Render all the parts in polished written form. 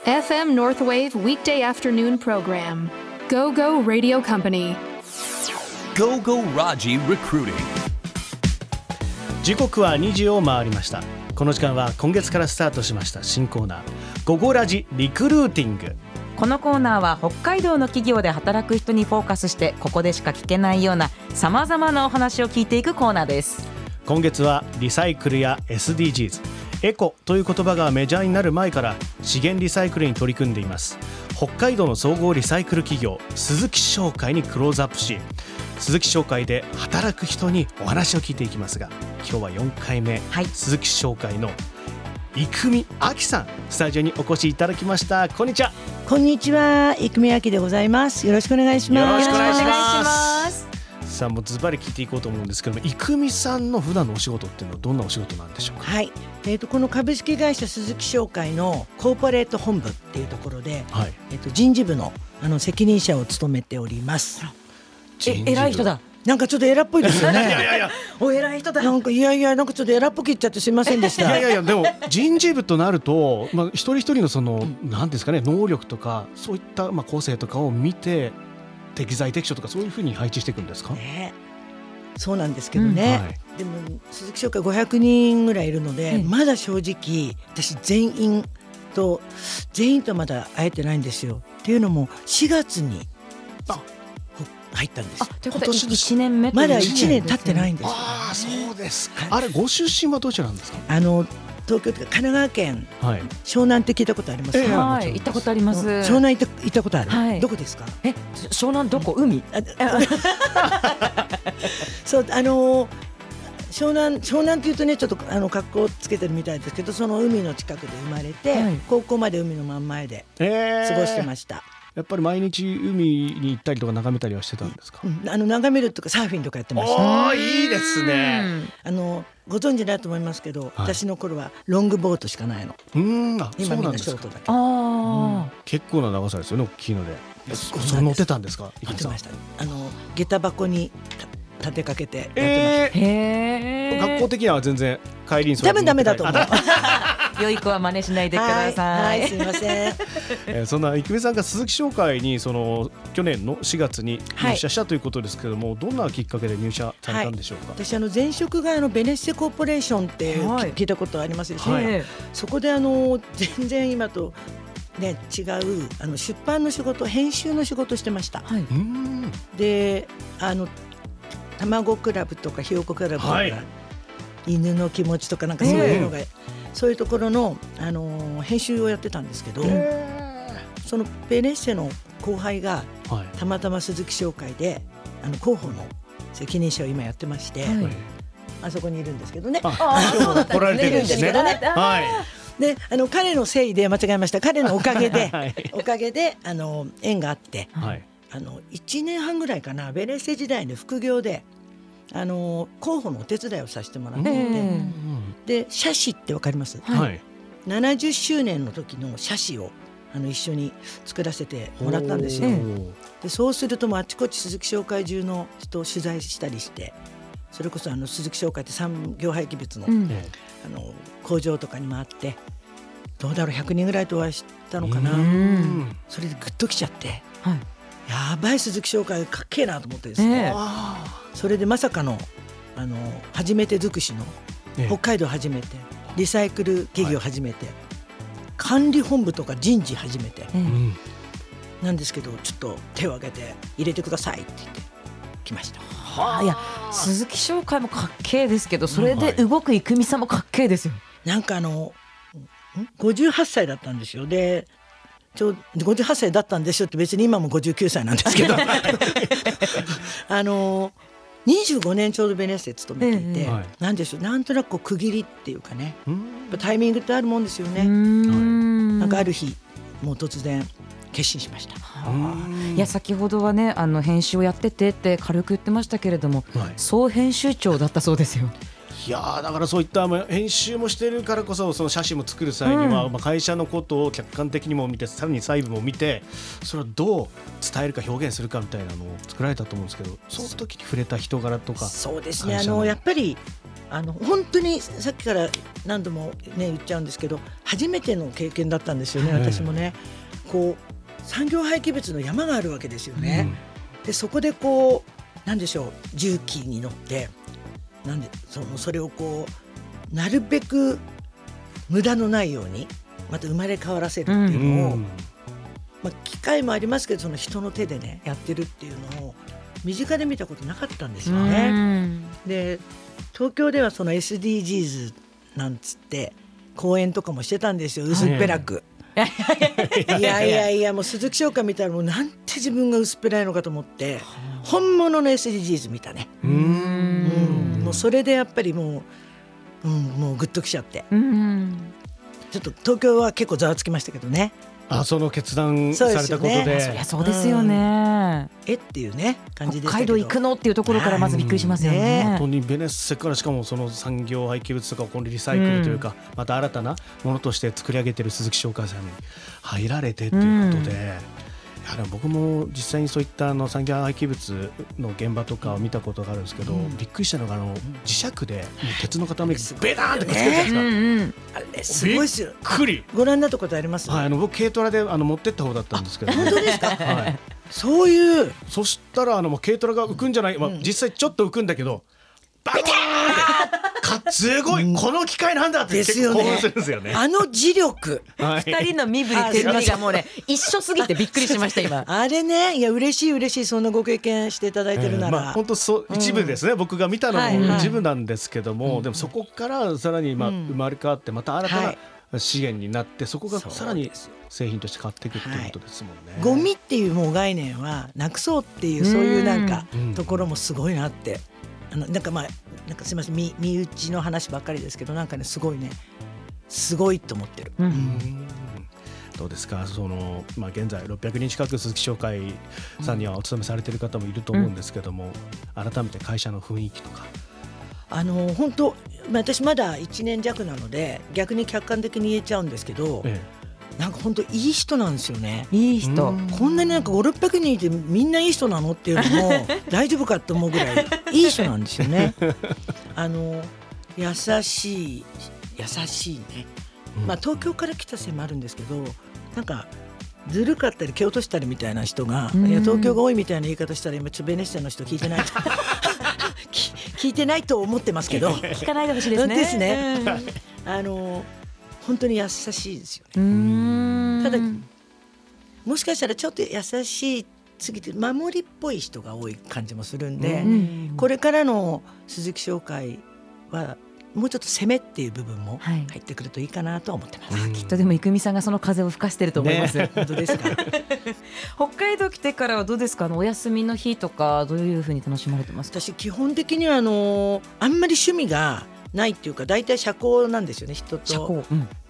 FM Northwave weekday afternoon program. Go Go Radio Company. Go Go Raji Recruiting。 時刻は2時を回りました。この時間は今月からスタートしました新コーナーゴゴラジリクルーティング。 このコーナーは北海道の企業で働く人にフォーカスして、ここでしか聞けないようなさまざまなお話を聞いていくコーナーです。 今月はリサイクルや SDGs、 エコという言葉がメジャーになる前から資源リサイクルに取り組んでいます北海道の総合リサイクル企業鈴木商会にクローズアップし、鈴木商会で働く人にお話を聞いていきますが、今日は4回目、鈴木商会の生見亜希さん、スタジオにお越しいただきました。こんにちは。 こんにちは、生見亜希でございます。よろしくお願いします。 よろしくお願いします。さあ、もうズバリ聞いていこうと思うんですけども、生見さんの普段のお仕事っていうのはどんなお仕事なんでしょうか。 はい、この株式会社鈴木商会のコーポレート本部っていうところで、人事部の責任者を務めております。 偉い人だ。 なんかちょっと偉っぽいですよね。 いやお偉い人だ。 なんかなんかちょっと偉っぽく言っちゃってすいませんでした。 いやでも人事部となると、一人一人のその何ですかね、能力とかそういった個性とかを見て適材適所とかそういうふうに配置していくんですか。 そうなんですけどね、でも鈴木商会500人ぐらいいるので、まだ正直私全員とまだ会えてないんですよ。っていうのも4月に入ったんです。 ということは1年目まだ1年経ってないんです。 ああ、そうですか。あれご出身はどちらなんですか。 東京とか神奈川県、湘南って聞いたことありますか。 はい、行ったことあります。 湘南行ったことある、どこですか。 湘南どこ。海そう湘南っていうとね、ちょっと格好つけてるみたいですけど、その海の近くで生まれて、高校まで海の真ん前で過ごしてました。 やっぱり毎日海に行ったりとか眺めたりはしてたんですか。 眺めるとかサーフィンとかやってました。 いいですね。 ご存知だと思いますけど、私の頃はロングボートしかないの。今みんなショートだけど。 結構な長さですよね、大きいので。それ乗ってたんですか。 乗ってました。下駄箱に立てかけてやってました。学校的には全然帰りにダメだと思う。 良い子は真似しないでください。 すみません。 そんな生見さんが鈴木商会に去年の4月に入社したということですけれども、どんなきっかけで入社されたんでしょうか。 私前職がベネッセコーポレーションって聞いたことありますでしょ。そこで全然今とね違う出版の仕事、編集の仕事してました。で卵クラブとかひよこクラブとか、犬の気持ちとかなんかそういうのが、そういうところの、編集をやってたんですけど、そのベネッセの後輩が、たまたま鈴木商会で広報の責任者を今やってまして、あそこにいるんですけどね。 来られてるんですね。 で彼のせいで間違えました。彼のおかげで縁があって、1年半ぐらいかな、ベネッセ時代の副業で広報のお手伝いをさせてもらっていて、で写真ってわかります。70周年の時の写真を一緒に作らせてもらったんですよ。でそうするとあちこち鈴木商会中の人を取材したりして、それこそ鈴木商会って産業廃棄物の、工場とかに回って、どうだろう100人ぐらいとお会いしたのかな。それでグッときちゃって、やばい鈴木商会かっけえなと思ってですね、それでまさかの初めて尽くしの北海道初めてリサイクル企業初めて、管理本部とか人事初めて、なんですけど、ちょっと手を挙げて入れてくださいって言ってきました。 いや、鈴木商会もかっけえですけど、それで動く生見さんもかっけえですよ。 なんか58歳だったんですよ。で58歳だったんですよって、別に今も59歳なんですけど25年ちょうどベネッセ勤めていて、なんでしょう、なんとなく区切りっていうかね、タイミングってあるもんですよね。なんかある日もう突然決心しました。 いや、先ほどはね編集をやっててって軽く言ってましたけれども、総編集長だったそうですよ。 いやだからそういった編集もしてるからこそ、その写真も作る際には、会社のことを客観的にも見て、さらに細部も見て、それをどう伝えるか表現するかみたいなのを作られたと思うんですけど、その時に触れた人柄とか。 そうですね、やっぱり本当にさっきから何度もね言っちゃうんですけど、初めての経験だったんですよね、私もね。こう産業廃棄物の山があるわけですよね、でそこでこうなんでしょう、重機に乗ってそれをこうなるべく無駄のないようにまた生まれ変わらせるっていうのを、機械もありますけど、その人の手でねやってるっていうのを身近で見たことなかったんですよね。で東京ではその SDGs なんつって講演とかもしてたんですよ、薄っぺらく。いやもう鈴木商会見たらもうなんて自分が薄っぺらいのかと思って本物の SDGs 見たね。もうそれでやっぱりもうグッときちゃって、ちょっと東京は結構ざわつきましたけどね。 その決断されたことで、 そりゃそうですよね、 っていうね感じでしたけど、 北海道行くのっていうところからまずびっくりしますよね。 本当にベネッセから、しかもその産業廃棄物とかをこのリサイクルというか、また新たなものとして作り上げている鈴木商会さんに入られてということで、僕も実際にそういった産業廃棄物の現場とかを見たことがあるんですけど、びっくりしたのが磁石で鉄の塊ベターンってくっつけてるじゃないですか。 あれすごいですよ。 びっくり。 ご覧になったことあります？ 僕軽トラで持ってった方だったんですけど、 本当ですか？そういう。 そしたら軽トラが浮くんじゃない、実際ちょっと浮くんだけどバコーンってすごい、この機械なんだって結構興奮するんですよね。 磁力、 2人の身振り手振りがもうね一緒すぎてびっくりしました今。 あれね、いや嬉しいそんなご経験していただいてるなら、 本当一部ですね、僕が見たのも一部なんですけども、でもそこからさらに生まれ変わってまた新たな資源になって、そこがさらに製品として変わっていくっていうことですもんね。 ゴミっていうもう概念はなくそうっていう、そういうなんかところもすごいなって、なんかすみません、身内の話ばっかりですけど、なんかねすごいと思ってる。 どうですか、現在600人近く鈴木商会さんにはお勤めされている方もいると思うんですけども、改めて会社の雰囲気とか。 本当、私まだ1年弱なので逆に客観的に言えちゃうんですけど、なんか本当いい人なんですよね。 いい人。 こんなになんか5、600人いてみんないい人なのっていうのも大丈夫かと思うぐらいいい人なんですよね。優しいね。東京から来たせいもあるんですけど、なんかずるかったり蹴落としたりみたいな人が、いや東京が多いみたいな言い方したら今ベネッセの人聞いてないと聞いてないと思ってますけど聞かないでほしいですね。 ですね。本当に優しいですよね。ただもしかしたらちょっと優しいすぎて守りっぽい人が多い感じもするんで、これからの鈴木商会はもうちょっと攻めっていう部分も入ってくるといいかなと思ってます。 きっとでも郁美さんがその風を吹かしてると思います。 本当ですか？ 北海道来てからはどうですか？お休みの日とかどういうふうに楽しまれてますか？ 私基本的にはあんまり趣味がないっていうか、大体社交なんですよね。人と、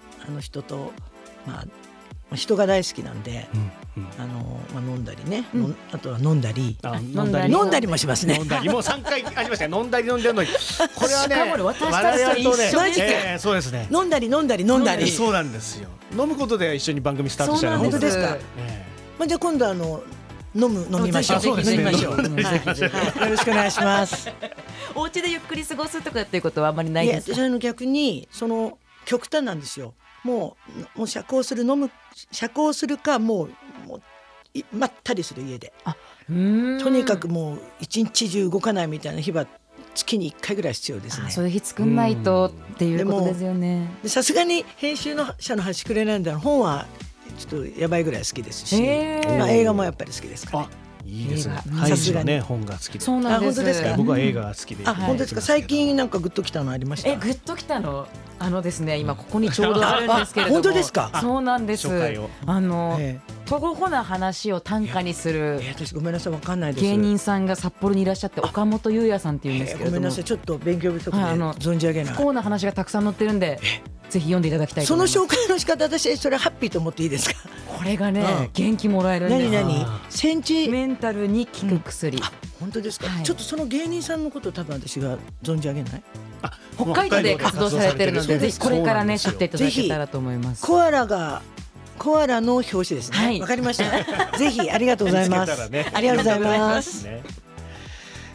人が大好きなんで、飲んだりね、あとは飲んだりもしますね。 飲んだりもう3回ありましたね。飲んだり飲んでるのに、これはね、 しかも私たちと一緒に、 そうですね。 飲んだりそうなんですよ。飲むことで一緒に番組スタートしたの。 本当ですか？じゃあ今度飲みましょう。よろしくお願いします。 お家でゆっくり過ごすとかっていうことはあんまりないですか？ いや、逆に極端なんですよ。もう社交するか、もうまったりする家で。とにかくもう一日中動かないみたいな日は月に1回ぐらい必要ですね。 そういう日作んないとっていうことですよね。 さすがに編集者の端くれないんだ。本はちょっとやばいぐらい好きですし、映画もやっぱり好きですからね。 いいですね。さすがね、本が好きで。 そうなんです。 本当ですか？ 僕は映画が好きで。 本当ですか？最近なんかグッときたのありました？ グッときたのですね、今ここにちょうどあるんですけれども。 本当ですか？ そうなんです。とごほな話を短歌にするごめんなさい、わかんないです。 芸人さんが札幌にいらっしゃって、岡本優也さんっていうんですけれども、 ごめんなさい、ちょっと勉強不足で存じ上げない。 不幸な話がたくさん載ってるんで、ぜひ読んでいただきたいと思います。 その紹介の仕方、私それハッピーと思っていいですか？ これがね、元気もらえるんです。 何センチメンタルに効く薬。 本当ですか？ちょっとその芸人さんのこと多分私が存じ上げない。 北海道で活動されてるので、ぜひこれからね知っていただけたらと思います。 コアラの表紙ですね。わかりました。ぜひありがとうございます。ありがとうございます。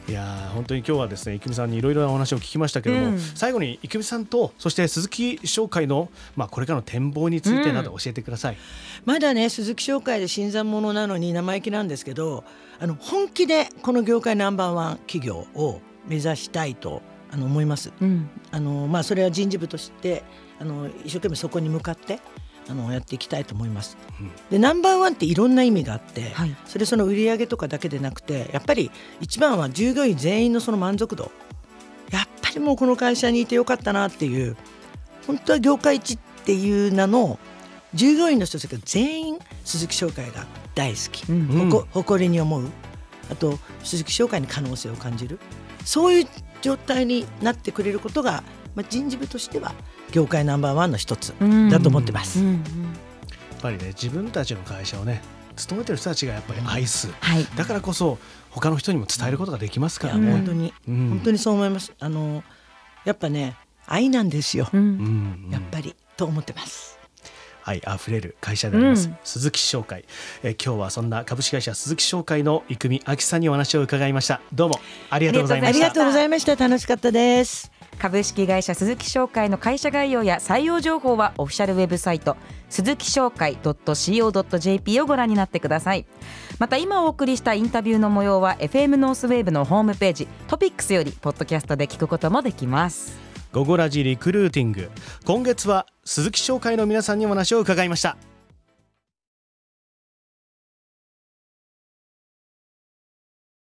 いや本当に今日はですね郁美さんにいろいろなお話を聞きましたけども、最後に郁美さんとそして鈴木商会の、これからの展望についてなど教えてください。 まだね鈴木商会で新参者なのに生意気なんですけど、本気でこの業界ナンバーワン企業を目指したいと思います、それは人事部として一生懸命そこに向かってやっていきたいと思います、でナンバーワンっていろんな意味があって、その売り上げとかだけでなくて、やっぱり一番は従業員全員のその満足度、やっぱりもうこの会社にいてよかったなっていう、本当は業界一っていう名の従業員の人たちが全員鈴木商会が大好き、誇りに思う、あと鈴木商会に可能性を感じる、そういう状態になってくれることが、人事部としては業界ナンバーワンの一つだと思ってます、 やっぱりね自分たちの会社をね勤めてる人たちがやっぱり愛す、だからこそ他の人にも伝えることができますからね。 本当にそう思います。やっぱね愛なんですよ、やっぱりと思ってます。 愛あふれる会社であります、鈴木商会。今日はそんな株式会社鈴木商会の郁美亜希さんにお話を伺いました。どうもありがとうございました。 ありがとうございました。楽しかったです。 株式会社鈴木商会の会社概要や採用情報はオフィシャルウェブサイト鈴木商会 .co.jp をご覧になってください。また今お送りしたインタビューの模様は FM ノースウェーブのホームページトピックスよりポッドキャストで聞くこともできます。 ゴゴラジリクルーティング、今月は鈴木商会の皆さんにお話を伺いました。